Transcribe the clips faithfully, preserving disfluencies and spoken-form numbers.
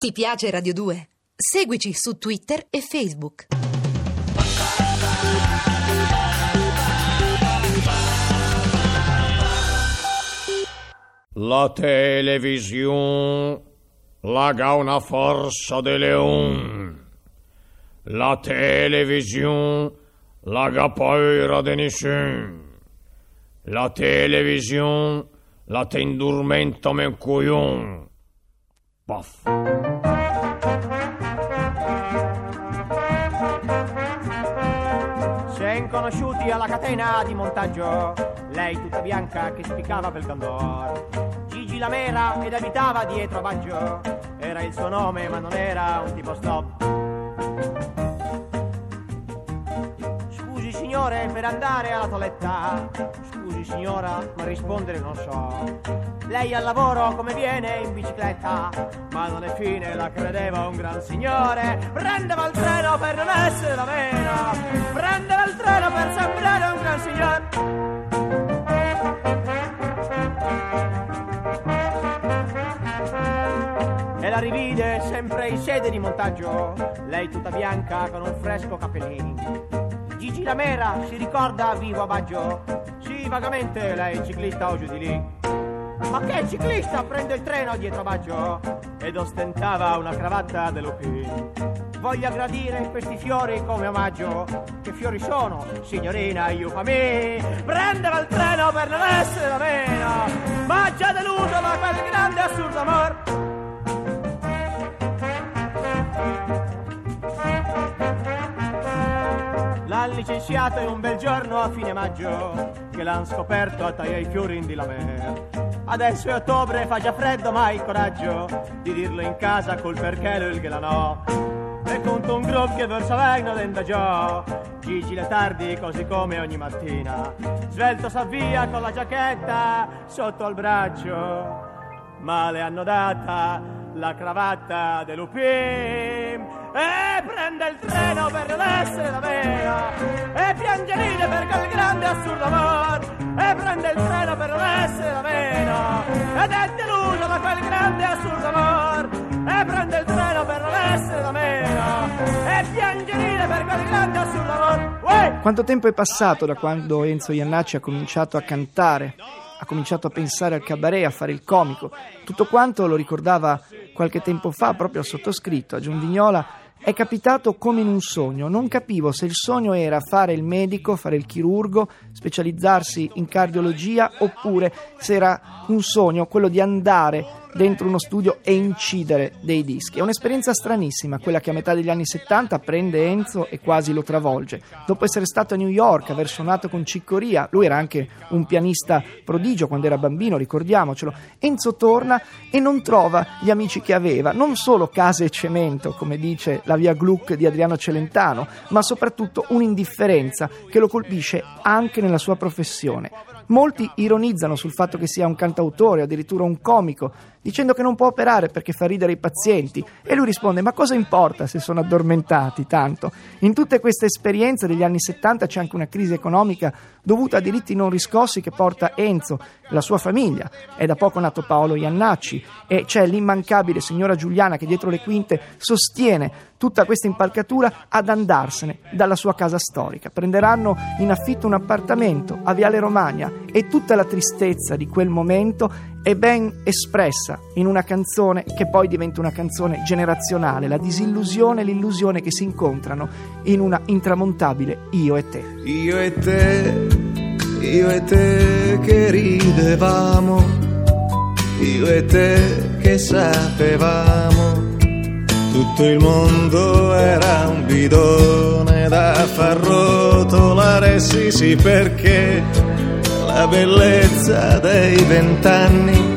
Ti piace Radio due? Seguici su Twitter e Facebook. La televisione laga una forza de leon. La televisione laga paura de nessun. La televisione la te indurmenta men coglion. Paf. Sen conosciuti alla catena di montaggio, lei tutta bianca che spiccava pel candor. Gigi Lamera ed abitava dietro a Baggio, era il suo nome ma non era un tipo stop. Scusi signore per andare alla toiletta, scusi signora ma rispondere non so. Lei al lavoro come viene in bicicletta, ma non è fine, la credeva un gran signore. Prendeva il treno per non essere da meno, prendeva il treno per sembrare un gran signore. E la rivide sempre in sede di montaggio, lei tutta bianca con un fresco cappellino. Gigi Lamera si ricorda vivo a Baggio, sì vagamente lei è ciclista o giù di lì. Ma che ciclista prende il treno dietro a Baggio ed ostentava una cravatta dell'Upin. Voglio aggradire questi fiori come omaggio. Che fiori sono, signorina Iufami? Prendeva il treno per non essere da meno, ma già deluso da quel grande assurdo amor. L'han licenziato in un bel giorno a fine maggio, che l'han scoperto a tagliare i fiori in di Lamer. Adesso è ottobre, fa già freddo, ma il coraggio di dirlo in casa col perché il ghelanò. E conto un gruppo che verso vegno dentro già, Gigi le tardi così come ogni mattina, svelto s'avvia con la giacchetta sotto al braccio, ma le hanno data la cravatta dell'Upim. E prende il treno per non essere da meno, e piange ride per quel grande assurdo amor. E prende il treno per non essere da meno, ed è deluso da quel grande assurdo amor. E prende il treno per non essere da meno, e piange ride per quel grande assurdo amor. Uè! Quanto tempo è passato da quando Enzo Jannacci ha cominciato a cantare, ha cominciato a pensare al cabaret, a fare il comico. Tutto quanto, lo ricordava qualche tempo fa proprio al sottoscritto, a Giunvignola, è capitato come in un sogno. Non capivo se il sogno era fare il medico, fare il chirurgo, specializzarsi in cardiologia, oppure se era un sogno quello di andare dentro uno studio e incidere dei dischi. È un'esperienza stranissima quella che a metà degli anni settanta prende Enzo e quasi lo travolge. Dopo essere stato a New York, aver suonato con Ciccoria, lui era anche un pianista prodigio quando era bambino, ricordiamocelo, Enzo torna e non trova gli amici che aveva, non solo case e cemento, come dice la via Gluck di Adriano Celentano, ma soprattutto un'indifferenza che lo colpisce anche nella sua professione. Molti ironizzano sul fatto che sia un cantautore, addirittura un comico, dicendo che non può operare perché fa ridere i pazienti, e lui risponde: ma cosa importa se sono addormentati tanto? In tutte queste esperienze degli anni settanta c'è anche una crisi economica dovuta a diritti non riscossi che porta Enzo, la sua famiglia, è da poco nato Paolo Jannacci e c'è l'immancabile signora Giuliana che dietro le quinte sostiene tutta questa impalcatura ad andarsene dalla sua casa storica. Prenderanno in affitto un appartamento a Viale Romagna e tutta la tristezza di quel momento è ben espressa in una canzone che poi diventa una canzone generazionale, la disillusione e l'illusione che si incontrano in una intramontabile Io e te. Io e te, io e te che ridevamo, io e te che sapevamo, tutto il mondo era un bidone da far rotolare, sì sì, perché la bellezza dei vent'anni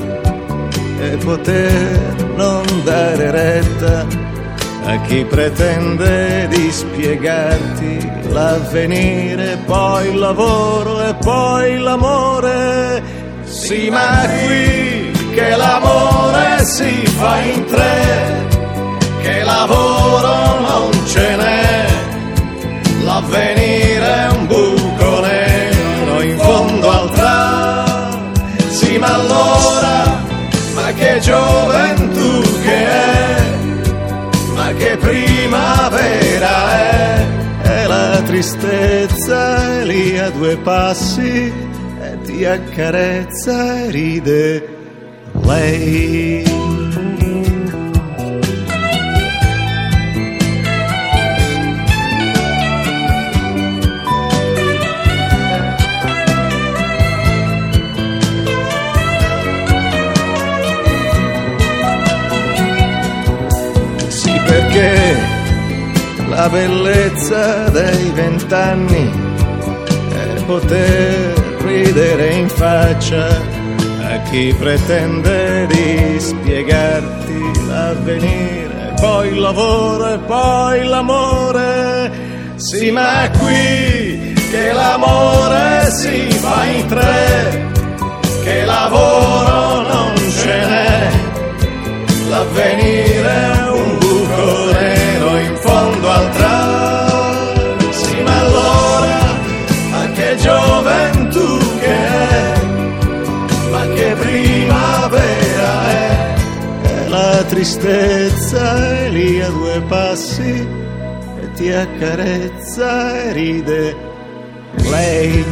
è poter non dare retta a chi pretende di spiegarti l'avvenire, poi il lavoro e poi l'amore. Sì, ma qui che l'amore si fa in tre, che lavoro non ce n'è, l'avvenire è un buco nero in fondo al tram. Sì, ma allora, ma che gioventù che è, primavera è, e la tristezza è lì a due passi e ti accarezza e ride lei. Perché la bellezza dei vent'anni è poter ridere in faccia a chi pretende di spiegarti l'avvenire, poi il lavoro e poi l'amore. Sì, ma è qui che l'amore si fa in tre, che lavoro non ce n'è, l'avvenire è un buco nero in fondo al tram. Sì, ma allora, ma che gioventù che è, ma che primavera è, e la tristezza è lì a due passi e ti accarezza e ride lei.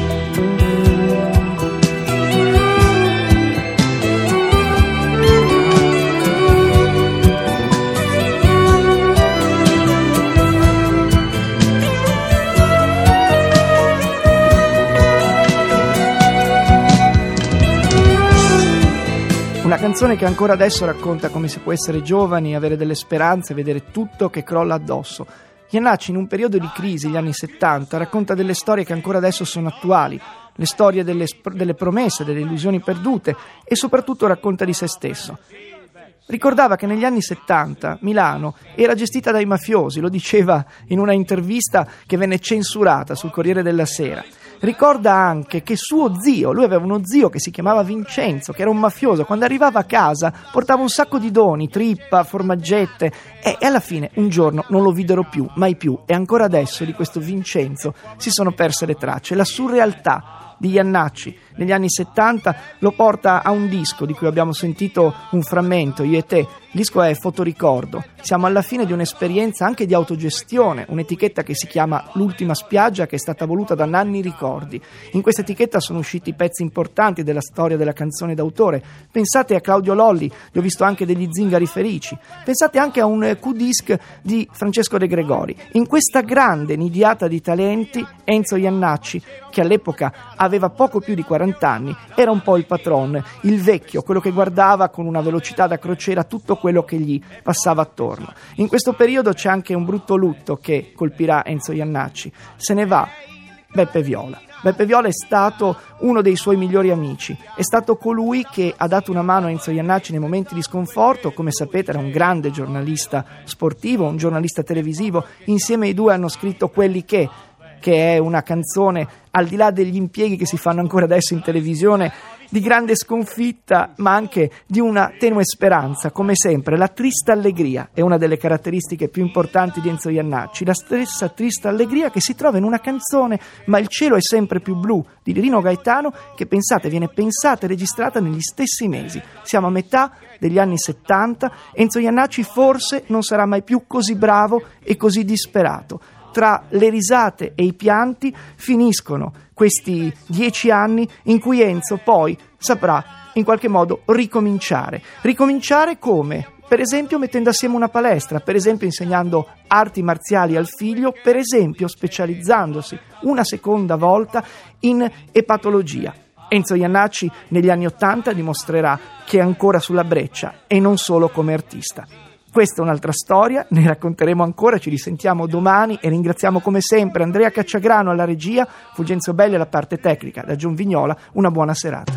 Una canzone che ancora adesso racconta come si può essere giovani, avere delle speranze, vedere tutto che crolla addosso. Jannacci, in un periodo di crisi, gli anni settanta, racconta delle storie che ancora adesso sono attuali, le storie delle, delle promesse, delle illusioni perdute, e soprattutto racconta di se stesso. Ricordava che negli anni settanta Milano era gestita dai mafiosi, lo diceva in una intervista che venne censurata sul Corriere della Sera. Ricorda anche che suo zio, lui aveva uno zio che si chiamava Vincenzo, che era un mafioso, quando arrivava a casa portava un sacco di doni, trippa, formaggette, e, e alla fine un giorno non lo videro più, mai più, e ancora adesso di questo Vincenzo si sono perse le tracce. La surrealtà di Jannacci negli anni settanta lo porta a un disco di cui abbiamo sentito un frammento, Io e te. Il disco è Fotoricordo. Siamo alla fine di un'esperienza anche di autogestione, un'etichetta che si chiama L'Ultima Spiaggia, che è stata voluta da Nanni Ricordi. In questa etichetta sono usciti pezzi importanti della storia della canzone d'autore. Pensate a Claudio Lolli, gli ho visto anche degli Zingari Felici. Pensate anche a un Q-disc di Francesco De Gregori. In questa grande nidiata di talenti, Enzo Jannacci, che all'epoca aveva poco più di quaranta anni, era un po' il patron, il vecchio, quello che guardava con una velocità da crociera tutto quello che gli passava attorno. In questo periodo c'è anche un brutto lutto che colpirà Enzo Jannacci. Se ne va Beppe Viola. Beppe Viola è stato uno dei suoi migliori amici, è stato colui che ha dato una mano a Enzo Jannacci nei momenti di sconforto. Come sapete era un grande giornalista sportivo, un giornalista televisivo. Insieme ai due hanno scritto Quelli che, che è una canzone, al di là degli impieghi che si fanno ancora adesso in televisione, di grande sconfitta, ma anche di una tenue speranza. Come sempre, la trista allegria è una delle caratteristiche più importanti di Enzo Jannacci, la stessa trista allegria che si trova in una canzone, Ma il cielo è sempre più blu, di Rino Gaetano, che pensate viene pensata e registrata negli stessi mesi. Siamo a metà degli anni settanta, Enzo Jannacci forse non sarà mai più così bravo e così disperato. Tra le risate e i pianti finiscono questi dieci anni in cui Enzo poi saprà in qualche modo ricominciare. Ricominciare come? Per esempio mettendo assieme una palestra, per esempio insegnando arti marziali al figlio, per esempio specializzandosi una seconda volta in epatologia. Enzo Jannacci negli anni Ottanta dimostrerà che è ancora sulla breccia e non solo come artista. Questa è un'altra storia, ne racconteremo ancora, ci risentiamo domani e ringraziamo come sempre Andrea Cacciagrano alla regia, Fulgenzio Belli alla parte tecnica. Da John Vignola una buona serata.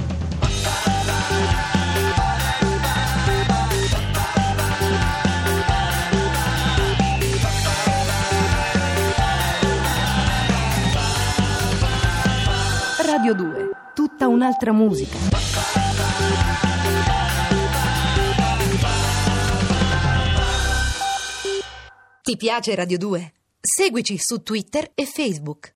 Radio due, tutta un'altra musica. Ti piace Radio due? Seguici su Twitter e Facebook.